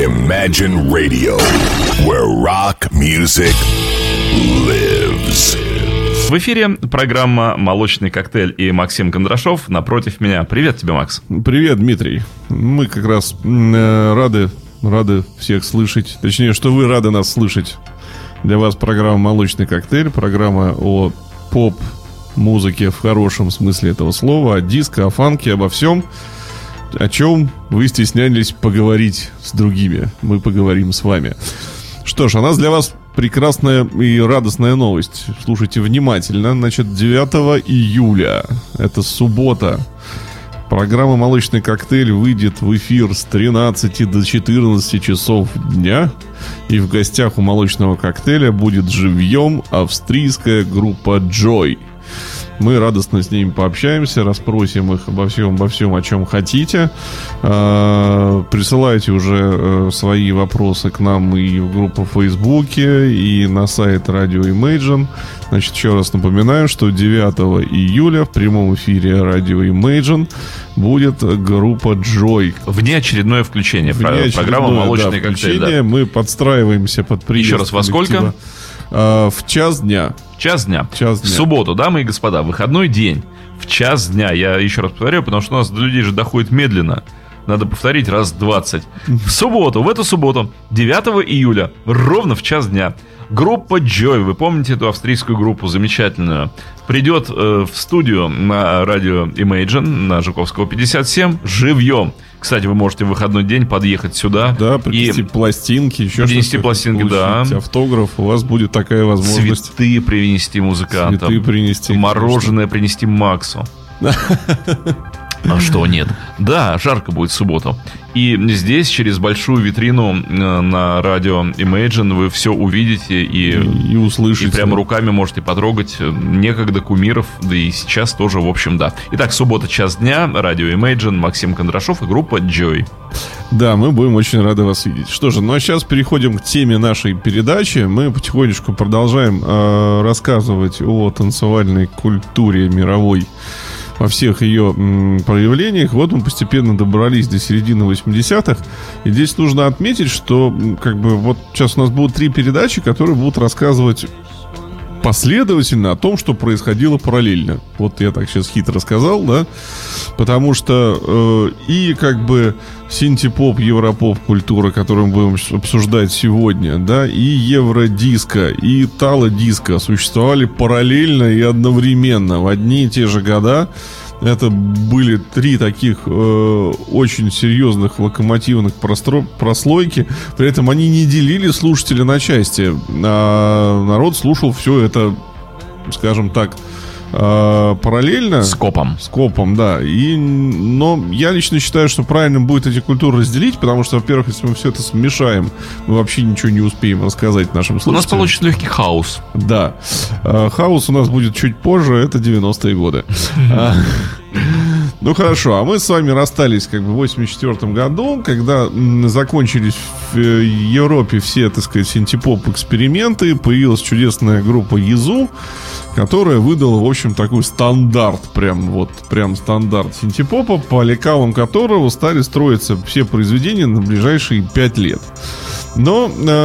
Imagine Radio, where rock music lives. В эфире программа «Молочный коктейль» и Максим Кондрашов напротив меня. Привет тебе, Макс. Привет, Дмитрий. Мы как раз рады всех слышать. Точнее, что вы рады нас слышать. Для вас программа «Молочный коктейль», программа о поп-музыке в хорошем смысле этого слова, о диско, о фанке, обо всем, о чем вы стеснялись поговорить с другими. Мы поговорим с вами. Что ж, у нас для вас прекрасная и радостная новость. Слушайте внимательно. Значит, 9 июля, это суббота, программа «Молочный коктейль» выйдет в эфир с 13 до 14 часов дня. И в гостях у «Молочного коктейля» будет живьем австрийская группа Joy. Мы радостно с ними пообщаемся, расспросим их обо всем, о чем хотите. Присылайте уже свои вопросы к нам и в группу в Фейсбуке, и на сайт Radio Imagine. Значит, еще раз напоминаю, что 9 июля в прямом эфире Radio Imagine будет группа Joy. Внеочередное включение. Программа «Молочный коктейль». Да. Мы подстраиваемся под приезд. Еще раз, во сколько? В час дня. Час дня. В субботу, дамы и господа, выходной день. В час дня. Я еще раз повторяю, потому что у нас до людей же доходит медленно. Надо повторить раз 20. В субботу, в эту субботу, 9 июля, ровно в час дня, группа Joy, вы помните эту австрийскую группу замечательную, придет в студию на радио Imagine, на Жуковского 57, живьем. Кстати, вы можете в выходной день подъехать сюда. Да, принести пластинки, еще принести пластинки, да. Автограф, у вас будет такая возможность. Цветы принести музыкантам. Цветы принести. Мороженое принести Максу. А что нет? Да, жарко будет в субботу. И здесь через большую витрину на радио Imagine вы все увидите и услышите. И прямо руками можете потрогать некогда кумиров, да и сейчас тоже, в общем, да. Итак, суббота, час дня, радио Imagine, Максим Кондрашов и группа Joy. Да, мы будем очень рады вас видеть. Что же, ну а сейчас переходим к теме нашей передачи. Мы потихонечку продолжаем рассказывать о танцевальной культуре мировой во всех ее проявлениях. Вот мы постепенно добрались до середины 80-х. И здесь нужно отметить, что как бы вот сейчас у нас будут 3 передачи, которые будут рассказывать последовательно о том, что происходило параллельно. Вот я так сейчас хитро сказал, да? Потому что и как бы синти-поп, европоп культура, которую мы будем обсуждать сегодня, да, и евродиско, и итало-диско существовали параллельно и одновременно в одни и те же года. Это были 3 таких очень серьезных локомотивных прослойки. При этом они не делили слушателя на части, а народ слушал все это, скажем так, параллельно. Скопом, да. Но я лично считаю, что правильно будет эти культуры разделить, потому что, во-первых, если мы все это смешаем, мы вообще ничего не успеем рассказать нашим слушателям. У нас получится легкий хаос. Да. Хаос у нас будет чуть позже, это 90-е годы. Ну хорошо, а мы с вами расстались как бы в 84 году, когда закончились в Европе все, так сказать, синти-поп эксперименты. Появилась чудесная группа Езу, которая выдала, в общем, такой стандарт, прям стандарт синти-попа, по лекалам которого стали строиться все произведения на ближайшие 5 лет. Но,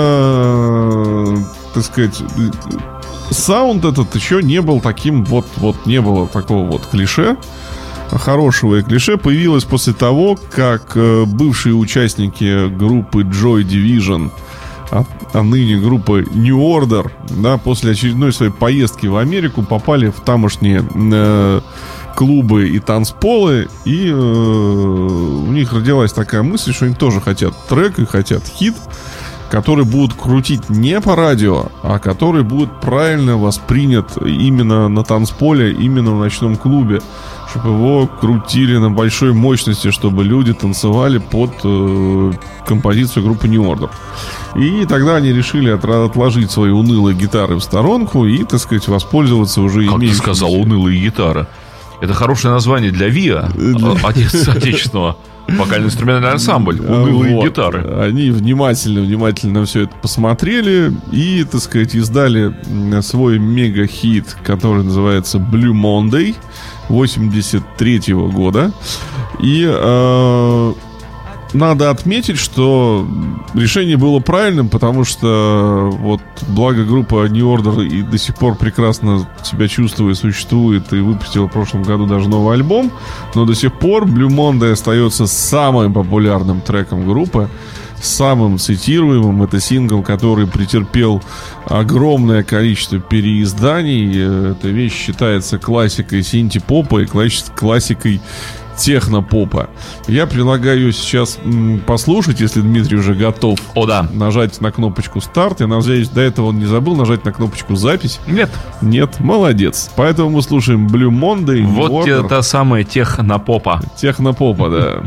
так сказать, саунд этот еще не был таким не было такого вот клише. Хорошего и клише появилось после того, как бывшие участники группы Joy Division, а ныне группа New Order, да, после очередной своей поездки в Америку попали в тамошние клубы и танцполы, и у них родилась такая мысль, что они тоже хотят трек и хотят хит, который будут крутить не по радио, а который будет правильно воспринят именно на танцполе, именно в ночном клубе, чтобы его крутили на большой мощности, чтобы люди танцевали под композицию группы New Order. И тогда они решили отложить свои унылые гитары в сторонку и, так сказать, воспользоваться уже имеющимися. Как ты сказал, унылые гитары? Это хорошее название для ВИА, отечественного. Вокально-инструментальный ансамбль, унылые гитары. Они внимательно все это посмотрели и, так сказать, издали свой мега-хит, который называется Blue Monday 83-го года. И надо отметить, что решение было правильным, потому что вот благо группа New Order и до сих пор прекрасно себя чувствует, существует и выпустила в прошлом году даже новый альбом, но до сих пор Blue Monday остается самым популярным треком группы, самым цитируемым. Это сингл, который претерпел огромное количество переизданий. Эта вещь считается классикой синти-попа и классикой техно-попа. Я предлагаю ее сейчас послушать, если Дмитрий уже готов. О, да. Нажать на кнопочку старт. Я надеюсь, до этого он не забыл нажать на кнопочку запись. Нет. Нет, молодец. Поэтому мы слушаем Blue Monday. Вот та самая техно-попа. Техно-попа, да.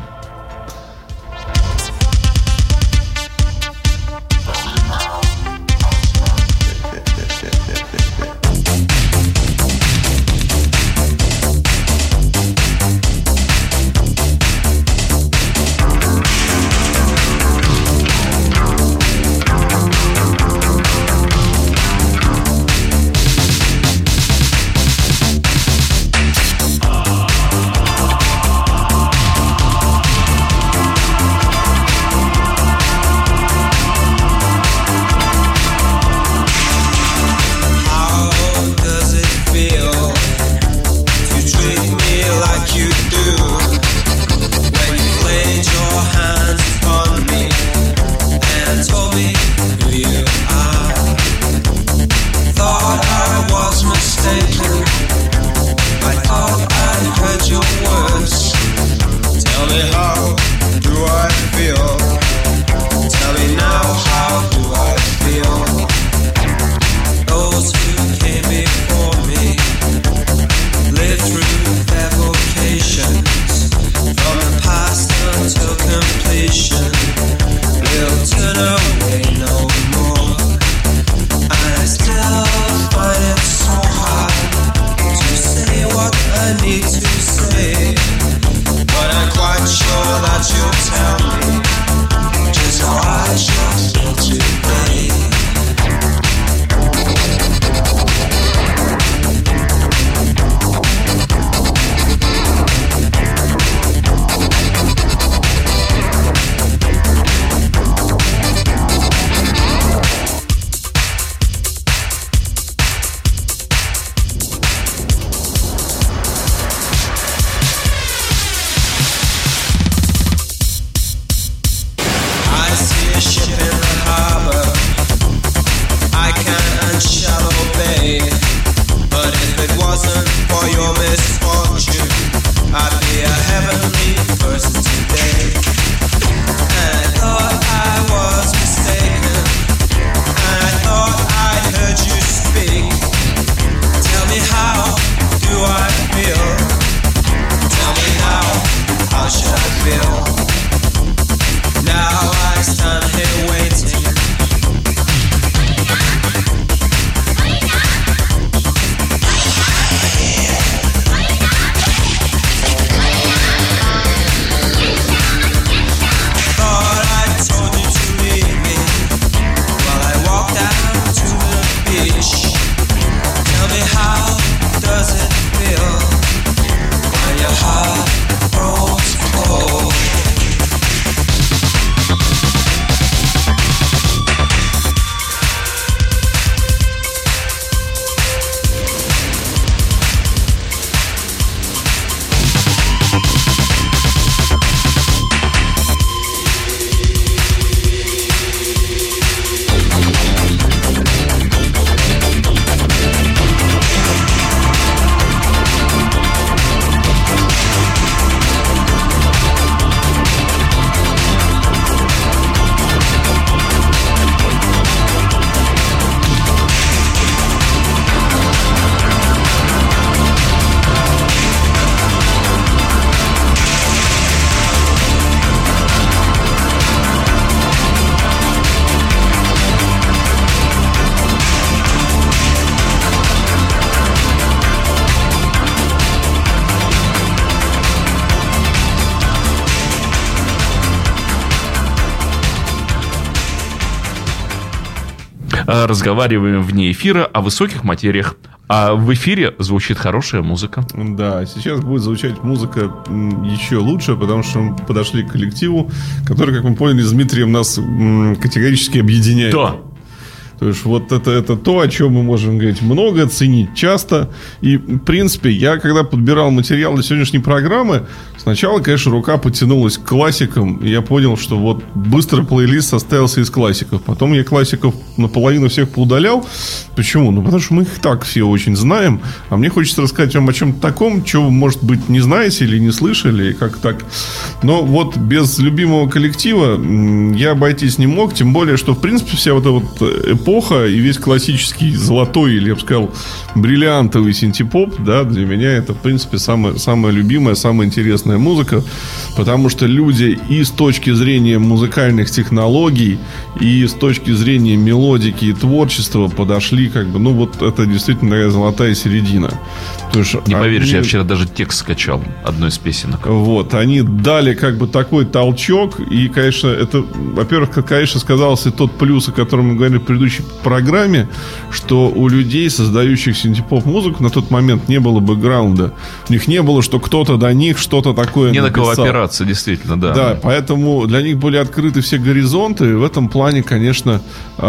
разговариваем вне эфира о высоких материях. А в эфире звучит хорошая музыка. Да, сейчас будет звучать музыка еще лучше, потому что мы подошли к коллективу, который, как мы поняли, с Дмитрием нас категорически объединяет. Да. То есть вот это то, о чем мы можем говорить много, ценить часто. И, в принципе, я когда подбирал материал для сегодняшней программы, сначала, конечно, рука потянулась к классикам. И я понял, что вот быстрый плейлист состоялся из классиков. Потом я классиков наполовину всех поудалял. Почему? Ну, потому что мы их так все очень знаем. А мне хочется рассказать вам о чем-то таком, чего вы, может быть, не знаете или не слышали, как так. Но вот без любимого коллектива я обойтись не мог. Тем более, что, в принципе, вся вот эта вот эпоха и весь классический золотой, или я бы сказал, бриллиантовый синтепоп, да, для меня это, в принципе, самая любимая, самая интересная музыка, потому что люди и с точки зрения музыкальных технологий, и с точки зрения мелодики и творчества подошли, как бы, ну, вот это действительно такая золотая середина. Не поверишь, я вчера даже текст скачал одной из песенок. Вот, они дали как бы такой толчок, и, конечно, это, во-первых, конечно, сказался тот плюс, о котором мы говорили в предыдущей программе, что у людей, создающих синтепоп-музыку, на тот момент не было бэкграунда. У них не было, что кто-то до них что-то такое не написал. На кого опираться, действительно, да. Да, поэтому для них были открыты все горизонты, и в этом плане, конечно,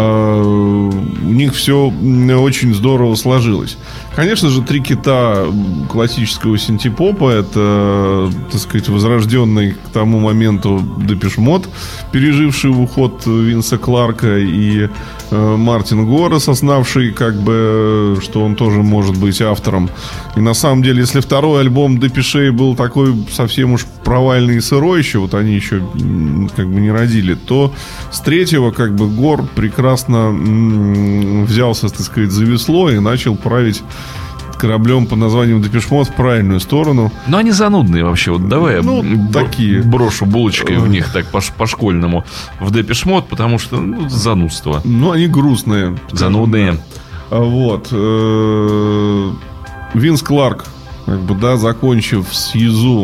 у них все очень здорово сложилось. Конечно же, три кита классического синтепопа — это, так сказать, возрожденный к тому моменту Депеш Мод, переживший уход Винса Кларка, и Мартин Гор, осознавший, как бы, что он тоже может быть автором. И на самом деле, если второй альбом Депешей был такой совсем уж провальный и сырой еще, вот они еще как бы не родили, то с третьего, как бы, Гор прекрасно взялся, так сказать, за весло и начал править кораблем под названием Депеш Мод в правильную сторону. Но они занудные вообще. Вот давай я такие. Брошу булочкой в них так по-школьному в Депеш Мод, потому что занудство. Ну, они грустные. Занудные. Вот. Винс Кларк, как бы, да, закончив с Язу,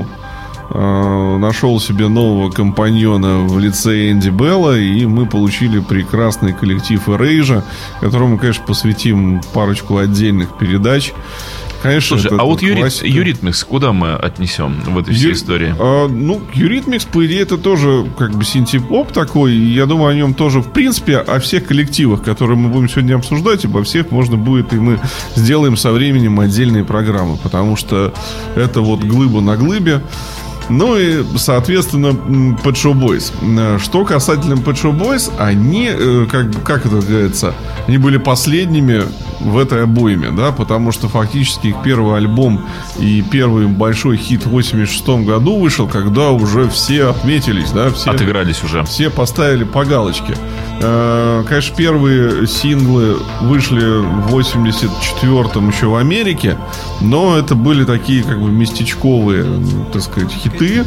нашел себе нового компаньона в лице Энди Белла, и мы получили прекрасный коллектив Erasure, которому, конечно, посвятим парочку отдельных передач. Конечно, слушай, а вот Eurythmics куда мы отнесем в этой всей истории? Ну, Eurythmics, по идее, это тоже как бы синтепоп такой. И я думаю, о нем тоже, в принципе, о всех коллективах, которые мы будем сегодня обсуждать, обо всех можно будет, и мы сделаем со временем отдельные программы, потому что это вот глыба на глыбе. Ну и, соответственно, Pet Shop Boys. Что касательно Pet Shop Boys, они, как это говорится, они были последними в этой обойме, да, потому что фактически их первый альбом и первый большой хит в 1986 году вышел, когда уже все отметились, да, все отыгрались уже. Все поставили по галочке. Конечно, первые синглы вышли в 1984-м еще в Америке, но это были такие как бы местечковые, так сказать, хиты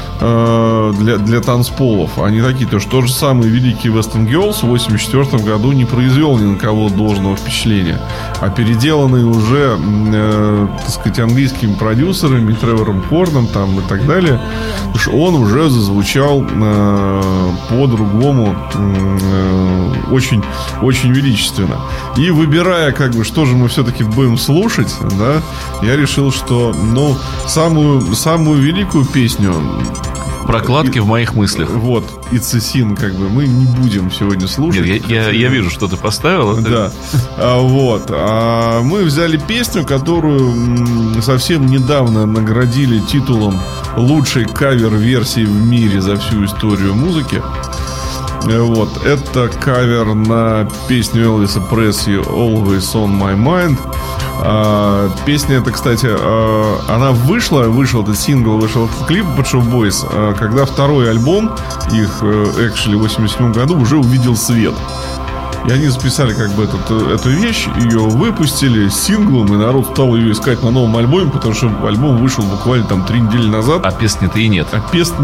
для танцполов. Они такие, то же самый великий Western Girls в 1984 году не произвел ни на кого должного впечатления, а переделанный уже, так сказать, английскими продюсерами, Тревором Хорном там и так далее, он уже зазвучал по-другому, очень, очень величественно. И выбирая, как бы, что же мы все-таки будем слушать, да, я решил, что, ну, самую великую песню, прокладки в моих мыслях. Вот, It's a Sin, как бы, мы не будем сегодня слушать. Нет, я вижу, что ты поставил. Да. Вот. Мы взяли песню, которую совсем недавно наградили титулом лучшей кавер-версии в мире за всю историю музыки. Вот. Это кавер на песню Элвиса Пресли Always on My Mind. Песня эта, кстати, она вышел этот сингл, вышел этот клип Pet Shop Boys, когда второй альбом их, actually, в 1987 году уже увидел свет. И они записали как бы эту вещь, ее выпустили синглом, и народ стал ее искать на новом альбоме, потому что альбом вышел буквально там 3 недели назад. А песни-то и нет.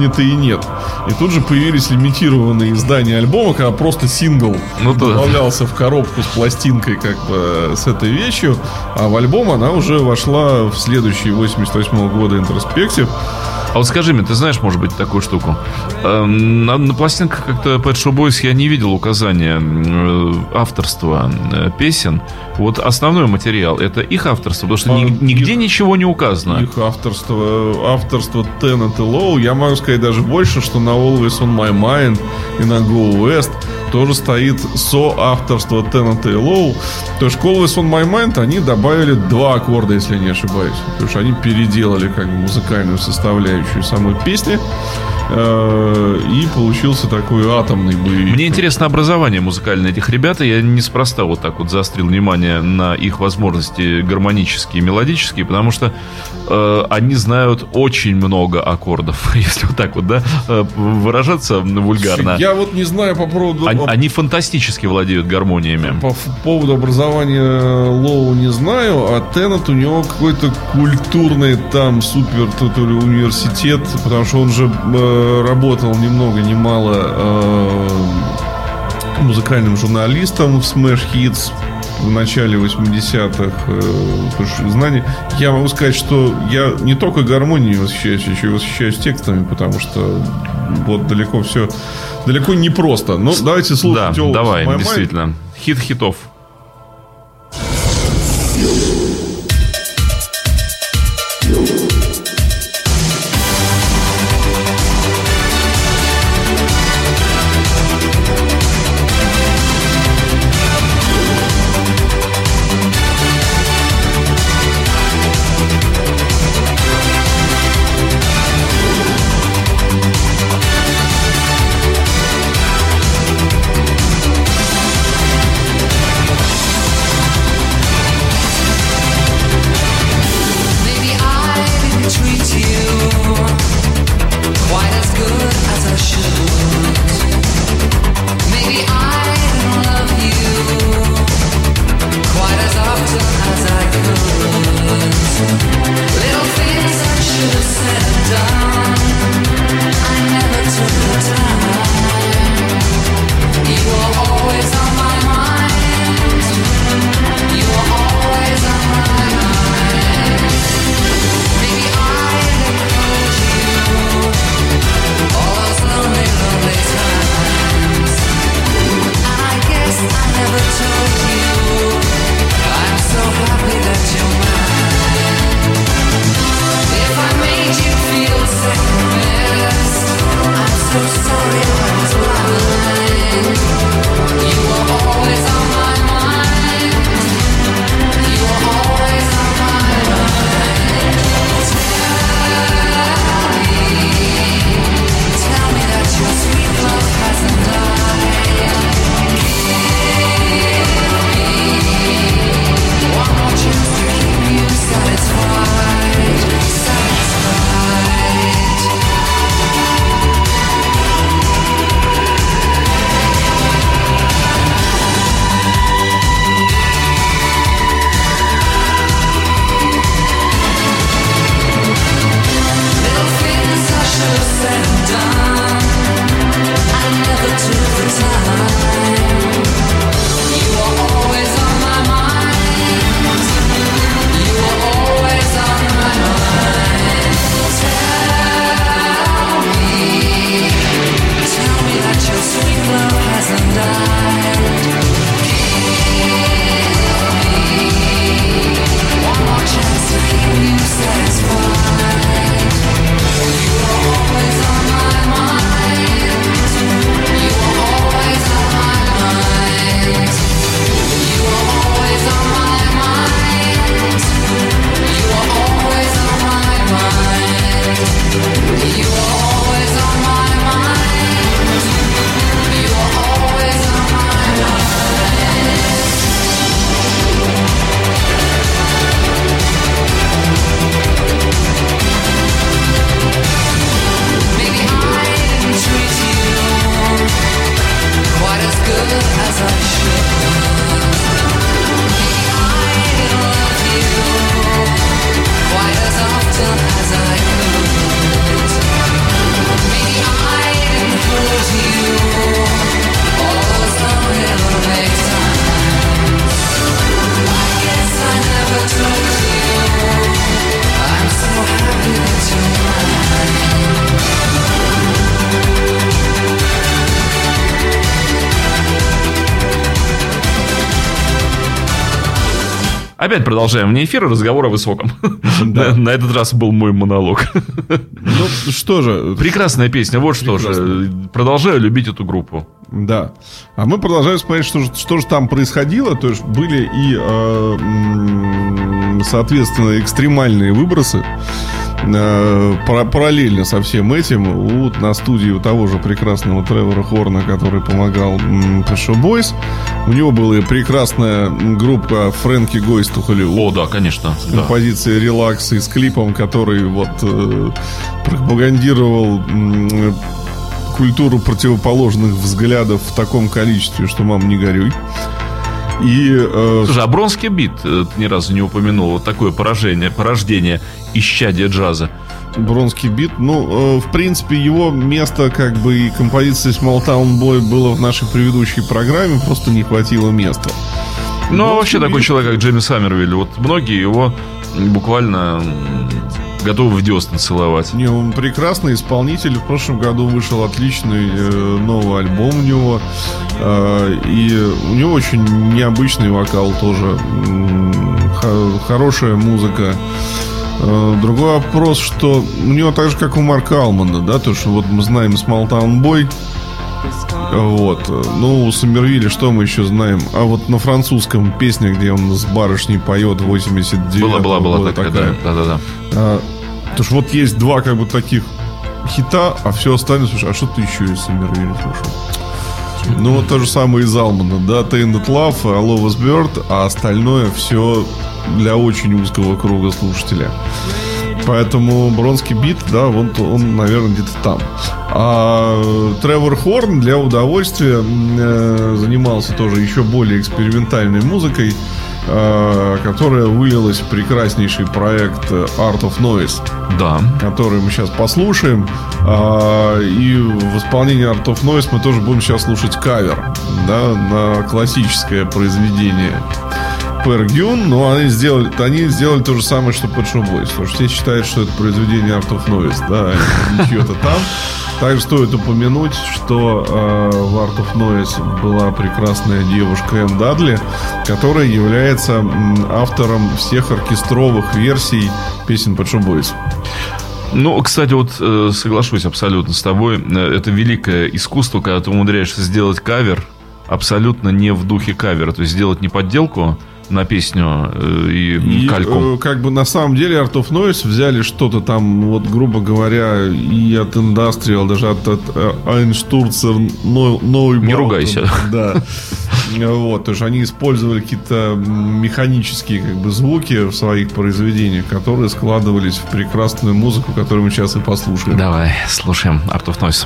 И тут же появились лимитированные издания альбома, когда просто сингл добавлялся в коробку с пластинкой, как бы, с этой вещью, а в альбом она уже вошла в следующий 88 года Introspective. А вот скажи мне, ты знаешь, может быть, такую штуку? На пластинках как-то Pet Shop Boys я не видел указания авторства песен. Вот основной материал — это их авторство, потому что нигде ничего не указано. Их авторство Tenet и Low. Я могу сказать даже больше, что на Always On My Mind и на Go West тоже стоит соавторство Tenet и Low. То есть Always On My Mind они добавили 2 аккорда, если я не ошибаюсь. Потому что они переделали как бы музыкальную составляющую самой песни. И получился такой атомный боевик. Мне интересно образование музыкальное этих ребят. Я неспроста вот так вот заострил внимание на их возможности гармонические и мелодические, потому что они знают очень много аккордов, если вот так вот, да, выражаться вульгарно. Я вот не знаю по поводу... Они фантастически владеют гармониями. По поводу образования Лоу не знаю, а Tenet у него какой-то культурный там супер университет, потому что он же работал ни много ни мало музыкальным журналистом в Smash Hits в начале 80-х. Знаний. Я могу сказать, что я не только гармонией восхищаюсь, еще и восхищаюсь текстами, потому что вот далеко не просто. Но давайте слушать. Да, давай, действительно. Хит хитов. Опять продолжаем вне эфира разговор о высоком. Да. На этот раз был мой монолог. Ну, что же. Прекрасная песня, вот что же. Продолжаю любить эту группу. Да. А мы продолжаем смотреть, что же там происходило. То есть были и, соответственно, экстремальные выбросы. Параллельно со всем этим на студии у того же прекрасного Тревора Хорна, который помогал Pet Shop Boys, у него была прекрасная группа Фрэнки Goes to Hollywood. О, да, конечно. С композицией «Релакс» и с клипом, который пропагандировал культуру противоположных взглядов в таком количестве, что, мам, не горюй. Слушай, а Бронский бит ты ни разу не упомянул. Вот такое порождение исчадия джаза. Бронский бит, в принципе, его место, как бы, и композиция Small Town Boy было в нашей предыдущей программе, просто не хватило места. Ну, вообще такой человек, как Джимми Саммервилл, вот многие его буквально готовы в десны целовать. Не, он прекрасный исполнитель. В прошлом году вышел отличный новый альбом у него. И у него очень необычный вокал тоже. Хорошая музыка. Другой вопрос, что у него так же, как у Марка Алмана, да, то, что вот мы знаем Small Town Boy. Вот. Ну, у Саммервилля что мы еще знаем? А вот на французском песня, где он с барышней поет 89-го была такая. Да. Потому что вот есть два как бы таких хита, а все остальное, слушай, а что ты еще из Саммервилля слушал? Ну, вот то же самое из Алмана, да, Tainted Love, All of Us Bird, а остальное все для очень узкого круга слушателя. Поэтому Бронский бит, да, он, наверное, где-то там. А Тревор Хорн для удовольствия занимался тоже еще более экспериментальной музыкой, которая вылилась в прекраснейший проект Art of Noise, да, который мы сейчас послушаем. И в исполнении Art of Noise мы тоже будем сейчас слушать кавер, да, на классическое произведение Per Gyun, но они сделали то же самое, что Pet Shop Boys, потому что все считают, что это произведение Art of Noise, да, не чье-то там. Также стоит упомянуть, что в Art of Noise была прекрасная девушка Энн Дадли, которая является автором всех оркестровых версий песен Pet Shop Boys. Ну, кстати, вот соглашусь абсолютно с тобой. Это великое искусство, когда ты умудряешься сделать кавер абсолютно не в духе кавера. То есть сделать не подделку на песню и кальку. Как бы на самом деле Art of Noise взяли что-то там, вот грубо говоря, и от Industrial, даже от Einstürzer Neubauten. Не ругайся. Да. Вот, то есть они использовали какие-то механические как бы звуки в своих произведениях, которые складывались в прекрасную музыку, которую мы сейчас и послушаем. Давай, слушаем Art of Noise.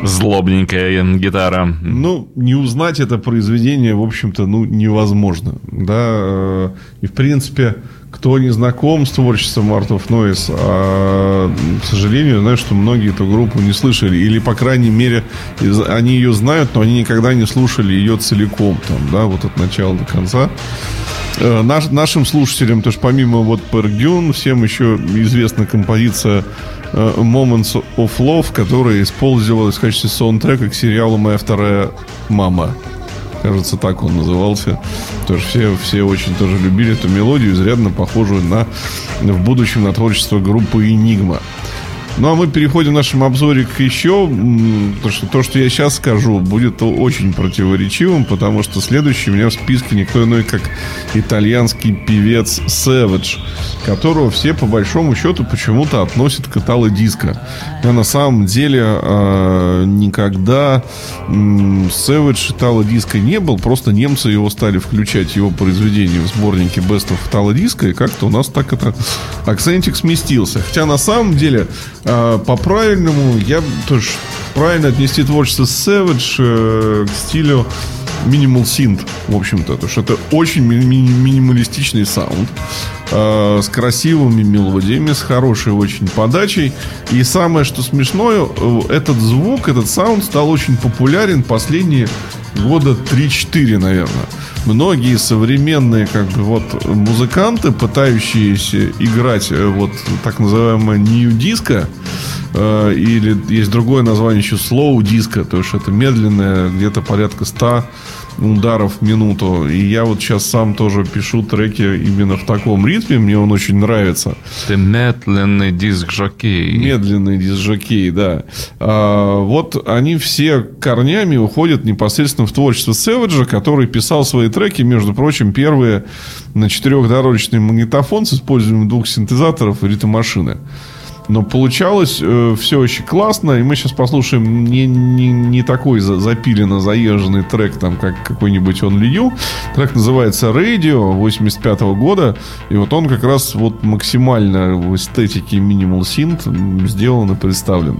Злобненькая гитара. Ну, не узнать это произведение, в общем-то, невозможно. Да, и, в принципе, кто не знаком с творчеством Art of Noise, к сожалению, знаю, что многие эту группу не слышали. Или, по крайней мере, они ее знают, но они никогда не слушали ее целиком. Там, да, вот от начала до конца. Нашим слушателям, тоже помимо вот Perk Dune, всем еще известна композиция Moments of Love, которая использовалась в качестве саундтрека к сериалу «Моя вторая мама». Кажется, так он назывался. Тоже все очень тоже любили эту мелодию, изрядно похожую в будущем на творчество группы «Энигма». Ну, а мы переходим в нашем обзоре к еще... То, что я сейчас скажу, будет очень противоречивым, потому что следующий у меня в списке никто иной, как итальянский певец Savage, которого все, по большому счету, почему-то относят к итало-диско. Я на самом деле никогда Savage итало-диско не был, просто немцы его стали включать, его произведения в сборнике Best of итало-диско, и как-то у нас так это акцентик сместился. Хотя на самом деле... По-правильному, я тоже правильно отнести творчество Savage к стилю Minimal Synth, в общем-то. Потому что это очень минималистичный саунд с красивыми мелодиями, с хорошей очень подачей. И самое, что смешное, этот звук, этот саунд стал очень популярен последние года 3-4, наверное. Многие современные музыканты, пытающиеся играть вот так называемое New Disco, или есть другое название еще Slow Disco, то есть это медленное, где-то порядка 100 ударов в минуту. И я вот сейчас сам тоже пишу треки именно в таком ритме. Мне он очень нравится. Ты медленный диск-жокей. Медленный диск-жокей, да. Вот они все корнями уходят непосредственно в творчество Savage, который писал свои треки, между прочим, первые на 4-дорожечный магнитофон с использованием 2 синтезаторов и ритм-машины. Но получалось все очень классно. И мы сейчас послушаем не такой запиленно заезженный трек, там, как какой-нибудь Only You. Трек называется Radio 85-го года. И вот он как раз вот максимально в эстетике Minimal Synth сделан и представлен.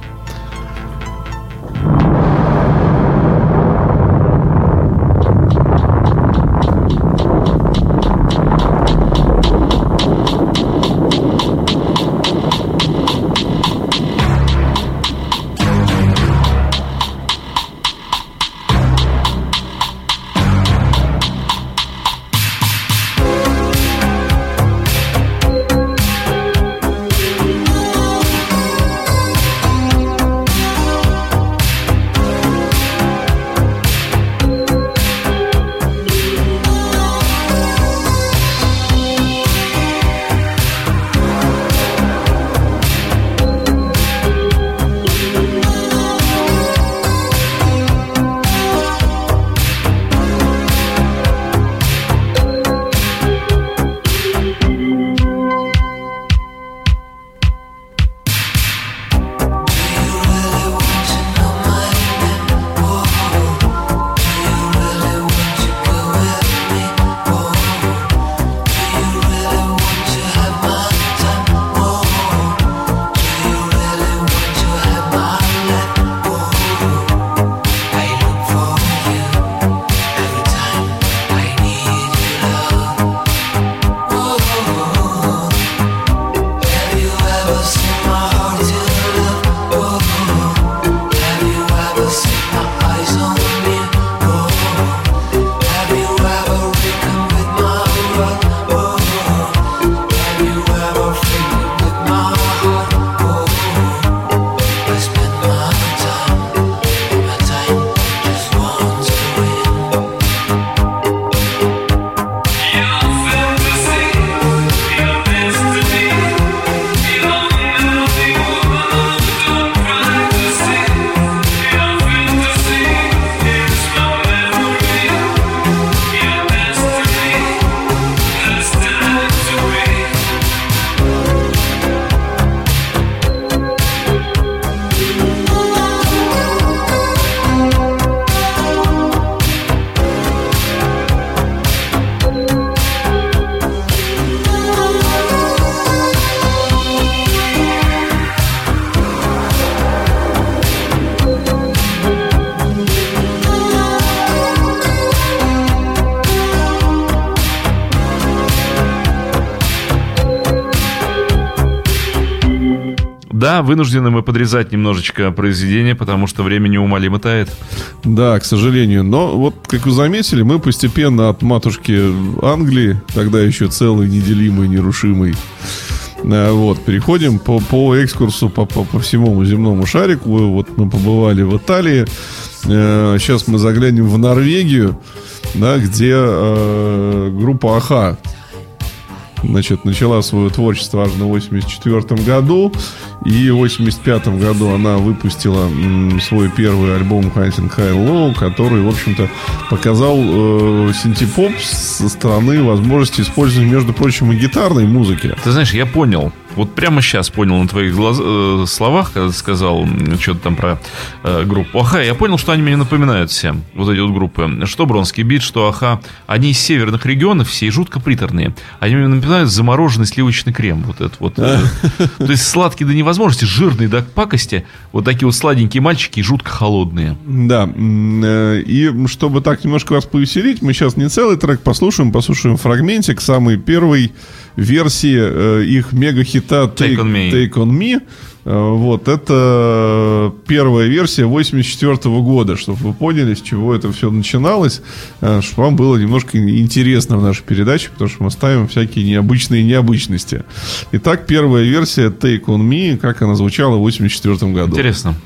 Да, вынуждены мы подрезать немножечко произведения, потому что время неумолимо тает. Да, к сожалению. Но вот, как вы заметили, мы постепенно от матушки Англии, тогда еще целый, неделимый, нерушимый, вот, переходим по экскурсу по всему земному шарику. Вот мы побывали в Италии. Сейчас мы заглянем в Норвегию, да, где группа Аха, значит, начала свое творчество аж в 1984 году. И в 1985 году она выпустила свой первый альбом Hunting High Low, который, в общем-то, показал синти-поп со стороны возможности использования, между прочим, и гитарной музыки. Ты знаешь, я понял. Вот прямо сейчас понял на твоих словах, когда ты сказал что-то там про группу Аха, я понял, что они мне напоминают все, вот эти вот группы. Что Бронский Бит, что Аха. Они из северных регионов все и жутко приторные. Они мне напоминают замороженный сливочный крем. Вот этот вот. То есть сладкий до невозможности, жирный до пакости. Вот такие вот сладенькие мальчики и жутко холодные. Да. И чтобы так немножко вас повеселить, мы сейчас не целый трек послушаем фрагментик самой первой версии их мега-хита Take On Me. Вот, это первая версия 1984 года, чтобы вы поняли, с чего это все начиналось, чтобы вам было немножко интересно в нашей передаче, потому что мы ставим всякие необычные необычности. Итак, первая версия Take On Me, как она звучала в 1984 году. Интересно.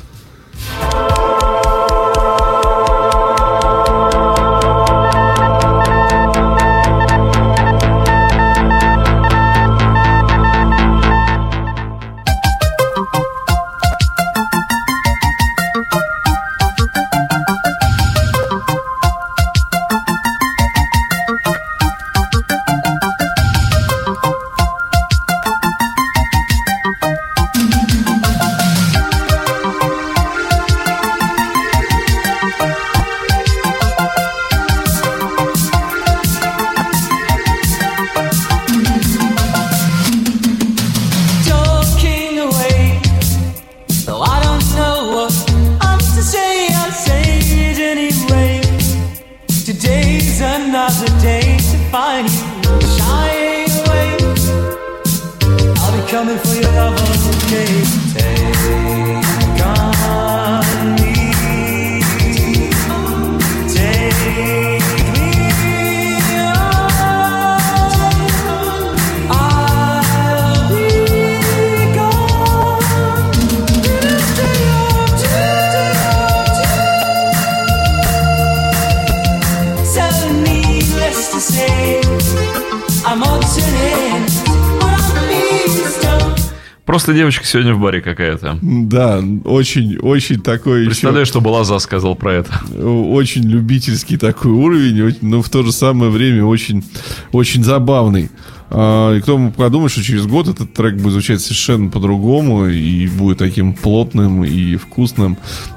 Просто девочка сегодня в баре какая-то. Да, очень такой. Представляю, что Балаза сказал про это. Очень любительский такой уровень, но в то же самое время очень забавный. И кто мог подумать, что через год этот трек будет звучать совершенно по-другому и будет таким плотным и вкусным.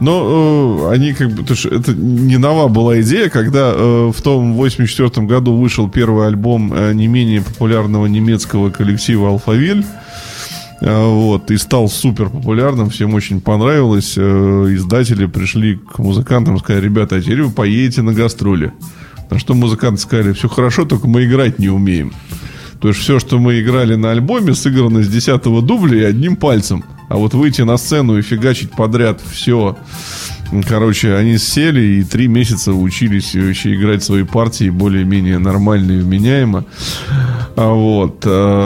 Но они как бы... Это не нова была идея, когда в том 1984 году вышел первый альбом не менее популярного немецкого коллектива «Алфавиль». Вот, и стал супер популярным, всем очень понравилось. Издатели пришли к музыкантам и сказали: ребята, а теперь вы поедете на гастроли. На что музыканты сказали: все хорошо, только мы играть не умеем. То есть все, что мы играли на альбоме, сыграно с 10-го дубля и одним пальцем. А вот выйти на сцену и фигачить подряд все. Короче, они сели и 3 месяца учились вообще играть свои партии более-менее нормально и вменяемо. Вот.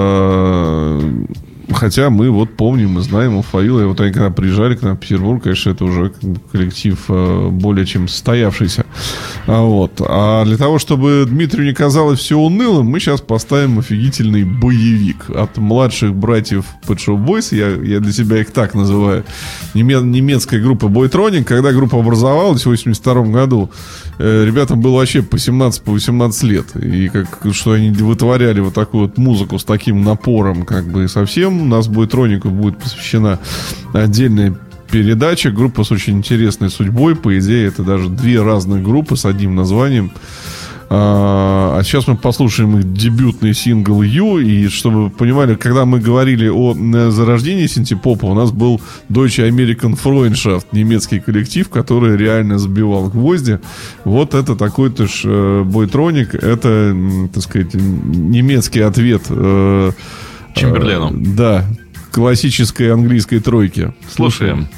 Хотя мы вот помним и знаем Алфавил. И вот они когда приезжали к нам в Петербург, конечно, это уже коллектив более чем состоявшийся. Вот. А для того, чтобы Дмитрию не казалось все унылым, мы сейчас поставим офигительный боевик от младших братьев Pet Shop Boys. Я для себя их так называю. Немецкая группа Boytronic. Когда группа образовалась в 1982 году, ребятам было вообще по 17-18 лет. И что они вытворяли вот такую вот музыку с таким напором, как бы совсем. У нас Boytronic'у будет посвящена отдельная передача. Группа с очень интересной судьбой. По идее, это даже 2 разных группы с одним названием. А сейчас мы послушаем их дебютный сингл «You». И чтобы вы понимали, когда мы говорили о зарождении синти-попа, у нас был Deutsche American Freundschaft, немецкий коллектив, который реально забивал гвозди. Вот это такой-то ж Boytronic. Это, так сказать, немецкий ответ Чемберлену. Да, классической английской тройки. Слушаем.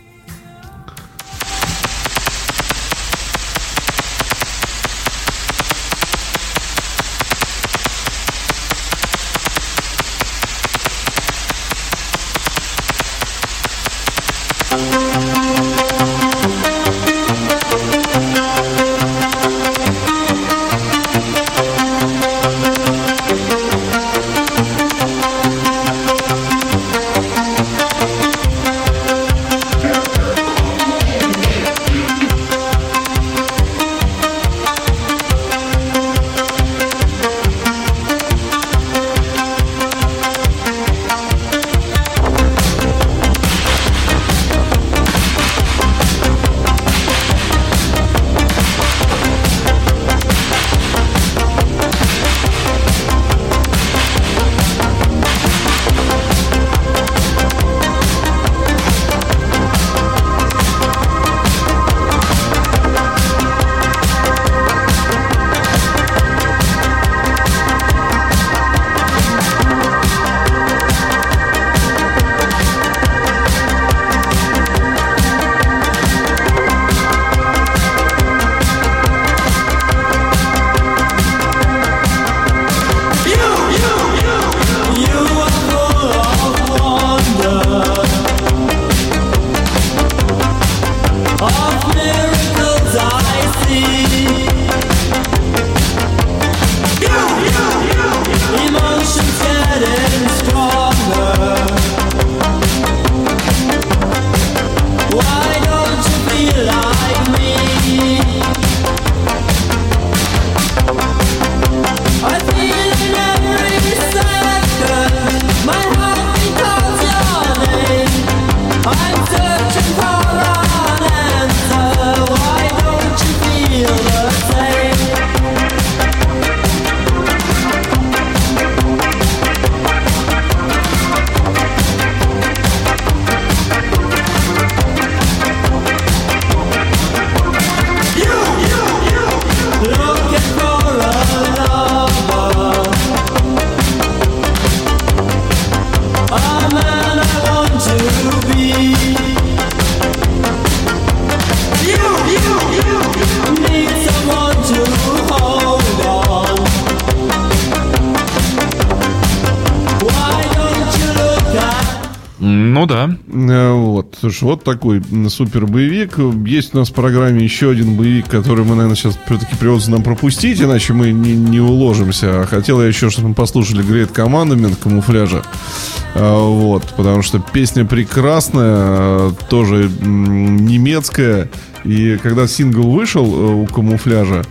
Ну да. Вот, слушай, вот такой супер боевик. Есть у нас в программе еще один боевик, который мы, наверное, сейчас все-таки придется нам пропустить, иначе мы не уложимся. Хотел я еще, чтобы мы послушали Great Commandment Камуфляжа. Вот, потому что песня прекрасная, тоже немецкая. И когда сингл вышел у Камуфляжа,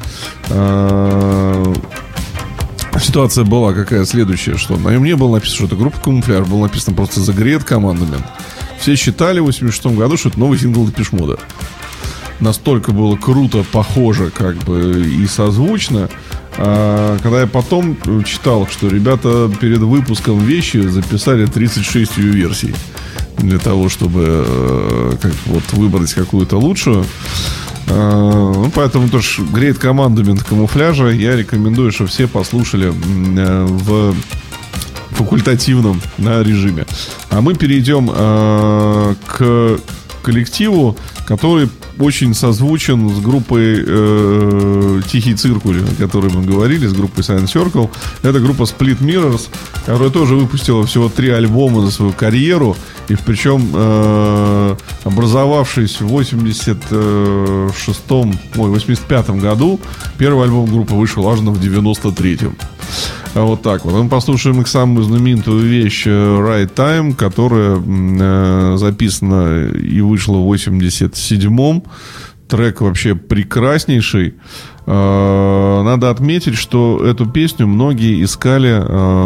ситуация была какая следующая, что на нем не было написано, что это группа Камуфляж, было написано просто The Great Commandment. Все считали в 86 году, что это новый сингл Депеш Мода. Настолько было круто, похоже, как бы и созвучно. Когда я потом читал, что ребята перед выпуском вещи записали 36 ее версий для того, чтобы выбрать какую-то лучшую. Поэтому тоже Great Commandment Камуфляжа я рекомендую, чтобы все послушали в факультативном режиме. А мы перейдем к коллективу, который очень созвучен с группой Тихий Циркуль, о которой мы говорили, с группой Silent Circle. Это группа Split Mirrors, которая тоже выпустила всего 3 альбома за свою карьеру. И причем образовавшись в 85 году, первый альбом группы вышел аж в 93-м. Вот так вот. Мы послушаем их самую знаменитую вещь Right Time, которая записана и вышла в 87-м. Трек вообще прекраснейший. Надо отметить, что эту песню многие искали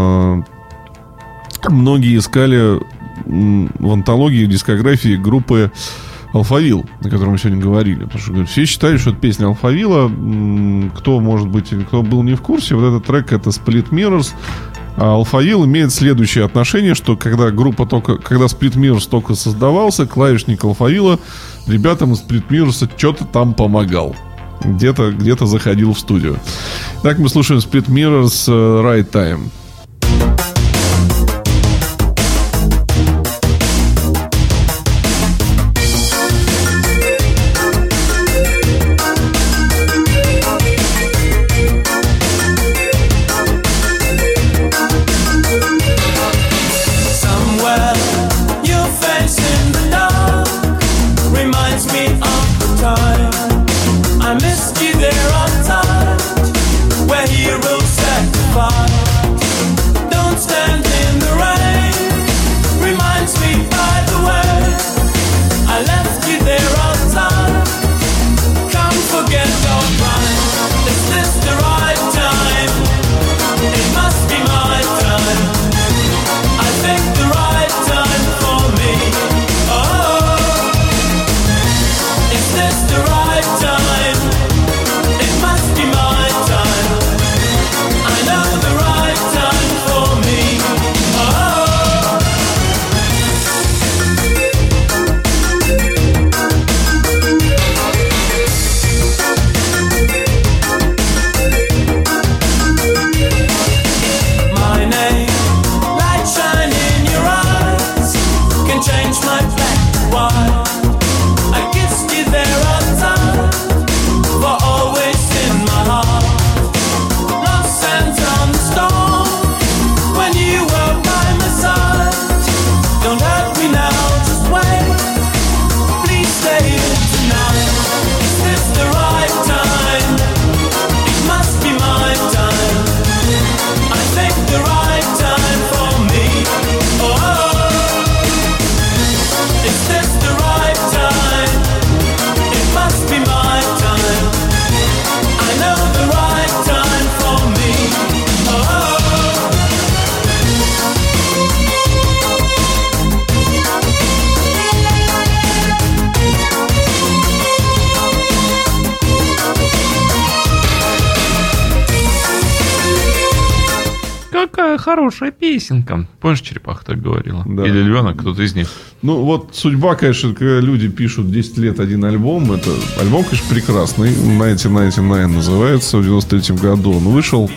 в антологии дискографии группы Алфавил, о которой мы сегодня говорили. Потому что все считали, что это песня Алфавила. Кто был не в курсе, вот этот трек — это Split Mirrors. А Алфавил имеет следующее отношение, что когда Split Mirrors только создавался, клавишник Алфавила ребятам из Split Mirrors что-то там помогал. Где-то заходил в студию. Так мы слушаем Split Mirrors Right Time. какая хорошая песенка. Помнишь, черепаха так говорила? Да. Или львенок, кто-то из них. Ну, вот судьба, конечно, когда люди пишут 10 лет один альбом, это альбом, конечно, прекрасный. 1999 называется, в 93 году он вышел.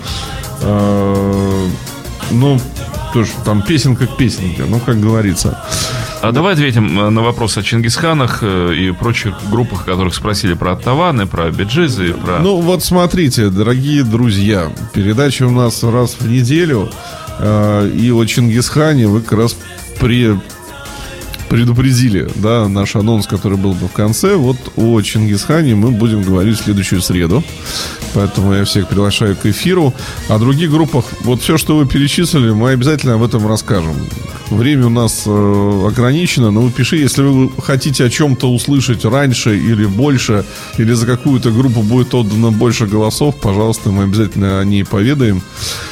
Ну, тоже там песенка к песенке, ну, как говорится. А давай ответим на вопрос о Чингисханах и прочих группах, которых спросили про Оттаваны, про Биджизы, про... Ну, вот смотрите, дорогие друзья, передача у нас раз в неделю, и о Чингисхане вы как раз предупредили, да, наш анонс, который был бы в конце. Вот о Чингисхане мы будем говорить в следующую среду. Поэтому я всех приглашаю к эфиру. О других группах, вот все, что вы перечислили, мы обязательно об этом расскажем. Время у нас ограничено, но вы пишите, если вы хотите о чем-то услышать раньше или больше, или за какую-то группу будет отдано больше голосов, пожалуйста, мы обязательно о ней поведаем.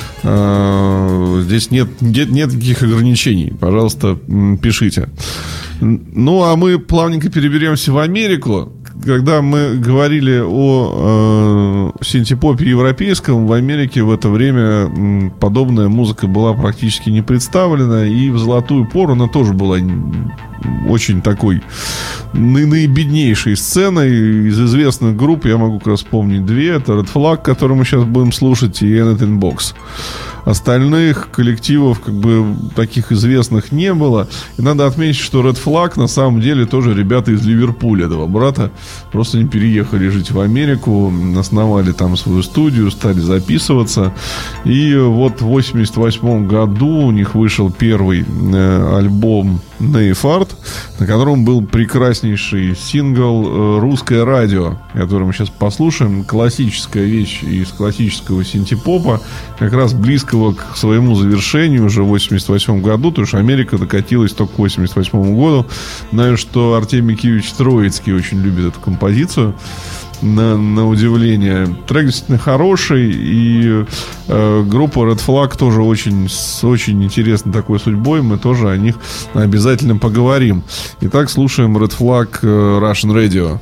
Здесь нет никаких ограничений. Пожалуйста, пишите. Ну, а мы плавненько переберемся в Америку. Когда мы говорили о синтепопе европейском, в Америке в это время подобная музыка была практически не представлена. И в золотую пору она тоже была очень такой наибеднейшей сценой. Из известных групп я могу как раз вспомнить две. Это Red Flag, который мы сейчас будем слушать, и Anything Box. Остальных коллективов, как бы, таких известных не было. И надо отметить, что Red Flag на самом деле тоже ребята из Ливерпуля, два брата. Просто они переехали жить в Америку, основали там свою студию, стали записываться. И вот в 1988 году у них вышел первый альбом Нейфарт, на котором был прекраснейший сингл «Русское радио», который мы сейчас послушаем. Классическая вещь из классического синтепопа, как раз близкого к своему завершению уже в 1988 году, потому что Америка докатилась только к 1988 году. Знаю, что Артемий Киевич Троицкий очень любит эту композицию. На удивление. Трек действительно хороший. И группа Red Flag тоже с очень интересной такой судьбой. Мы тоже о них обязательно поговорим. Итак, слушаем Red Flag Russian Radio.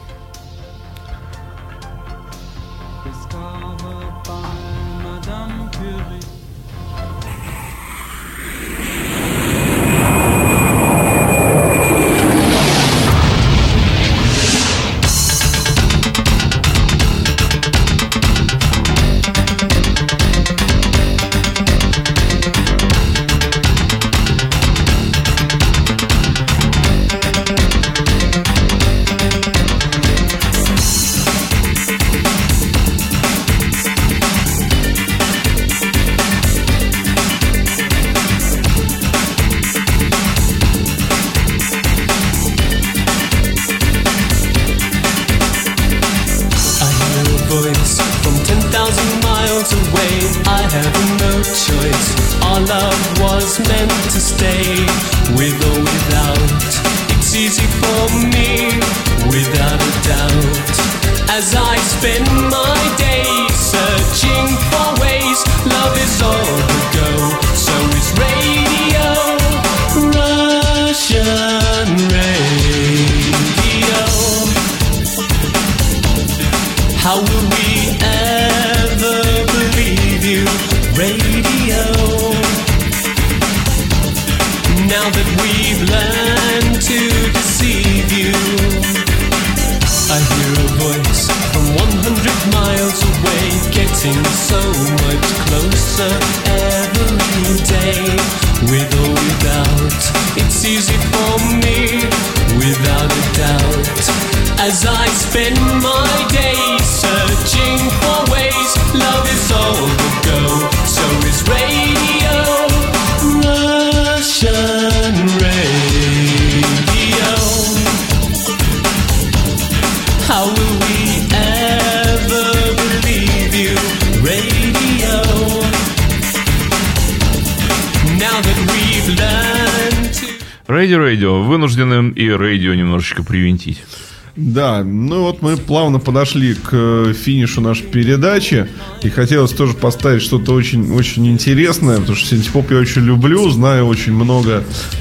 Radio, вынуждены и радио немножечко привинтить. Да, ну вот мы плавно подошли к финишу нашей передачи. И хотелось тоже поставить что-то очень интересное, потому что синтепоп я очень люблю, знаю очень много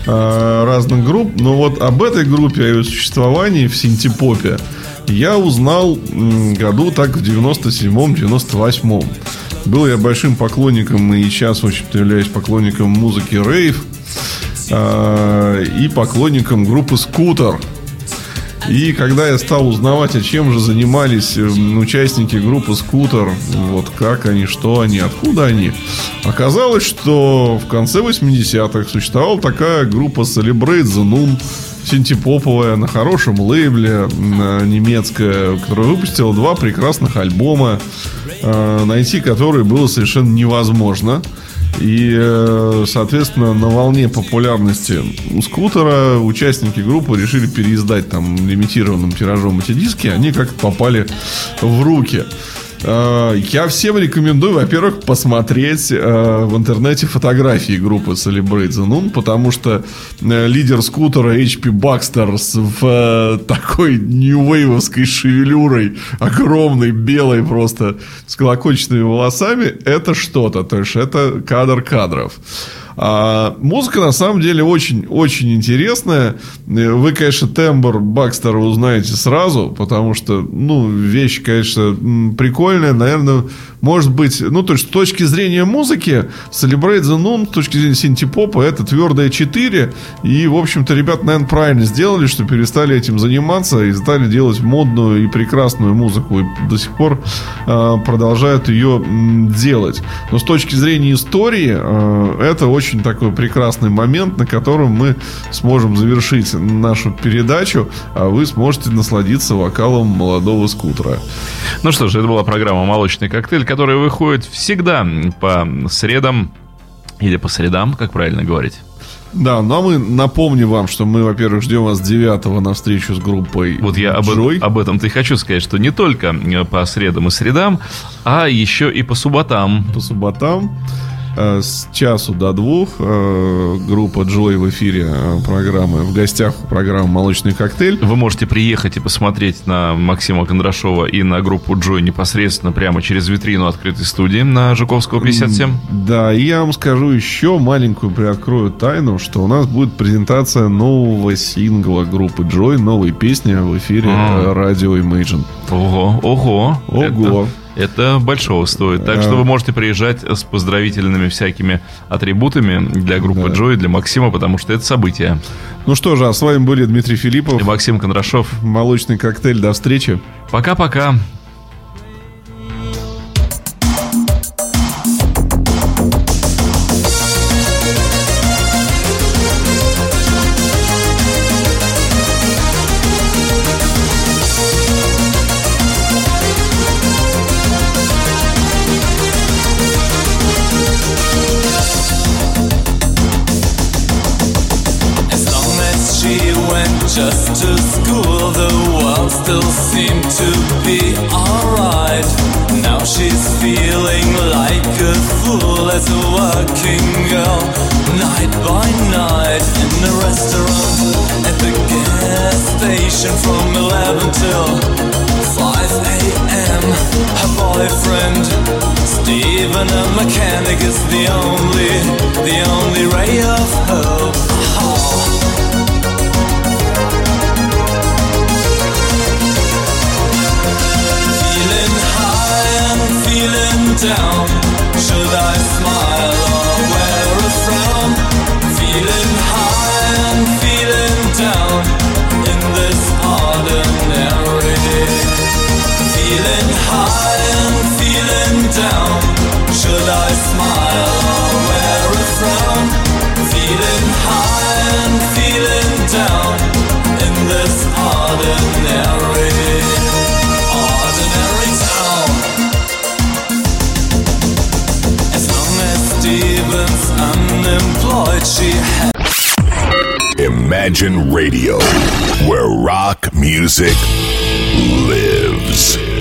разных групп. Но вот об этой группе, о ее существовании в синтепопе я узнал году так в 97-98. Был я большим поклонником, и сейчас, в общем-то, являюсь поклонником музыки рейв и поклонником группы «Скутер». И когда я стал узнавать, чем же занимались участники группы «Скутер», вот как они, что они, откуда они, оказалось, что в конце 80-х существовала такая группа Celebrate the Noon, синтепоповая, на хорошем лейбле, немецкая, которая выпустила 2 прекрасных альбома, найти которые было совершенно невозможно. И, соответственно, на волне популярности «Скутера» участники группы решили переиздать там лимитированным тиражом эти диски. Они как-то попали в руки. Я всем рекомендую, во-первых, посмотреть в интернете фотографии группы Celebrate the Noon, потому что лидер «Скутера» H.P. Baxter в такой нью-вейвовской шевелюрой, огромной, белой просто, с колокольчатыми волосами, это что-то. То есть это кадр кадров. Музыка на самом деле очень-очень интересная. Вы, конечно, тембр Бакстера узнаете сразу, потому что, вещь, конечно, прикольная. Наверное, может быть, то есть с точки зрения музыки Celebrate the Noon, с точки зрения синтепопа, это твердое 4. И, в общем-то, ребята, наверное, правильно сделали, что перестали этим заниматься и стали делать модную и прекрасную музыку. И до сих пор продолжают ее делать. Но с точки зрения истории, это очень такой прекрасный момент, на котором мы сможем завершить нашу передачу, а вы сможете насладиться вокалом молодого «Скутера». Ну что ж, это была программа «Молочный коктейль», которая выходит всегда по средам или по средам, как правильно говорить. Да, но мы напомним вам, что мы, во-первых, ждем вас 9-го на встречу с группой Вот я об этом-то и хочу сказать, что не только по средам и средам, а еще и по субботам. По субботам. С часу до 2 группа Джой в эфире программы, в гостях программы «Молочный коктейль». Вы можете приехать и посмотреть на Максима Кондрашова и на группу Джой непосредственно прямо через витрину открытой студии на Жуковского 57. Да, и я вам скажу еще маленькую, приоткрою тайну, что у нас будет презентация нового сингла группы Джой, новой песни в эфире радио Imagine. Ого. Это большого стоит. Так что вы можете приезжать с поздравительными всякими атрибутами для группы Джой, для Максима, потому что это событие. Ну что же, а с вами были Дмитрий Филиппов и Максим Кондрашов. «Молочный коктейль». До встречи. Пока-пока. Just to school, the world still seemed to be alright. Now she's feeling like a fool as a working girl. Night by night, in the restaurant, at the gas station from 11 till 5 a.m. Her boyfriend, Steven, a mechanic, is the only ray of hope. Down. Should I smile or wear a frown? Feeling high and feeling down in this ordinary. Feeling high and feeling down. Should I smile or wear a frown? Feeling high and feeling down in this ordinary town. Steven's unemployed, she had Imagine Radio, where rock music lives.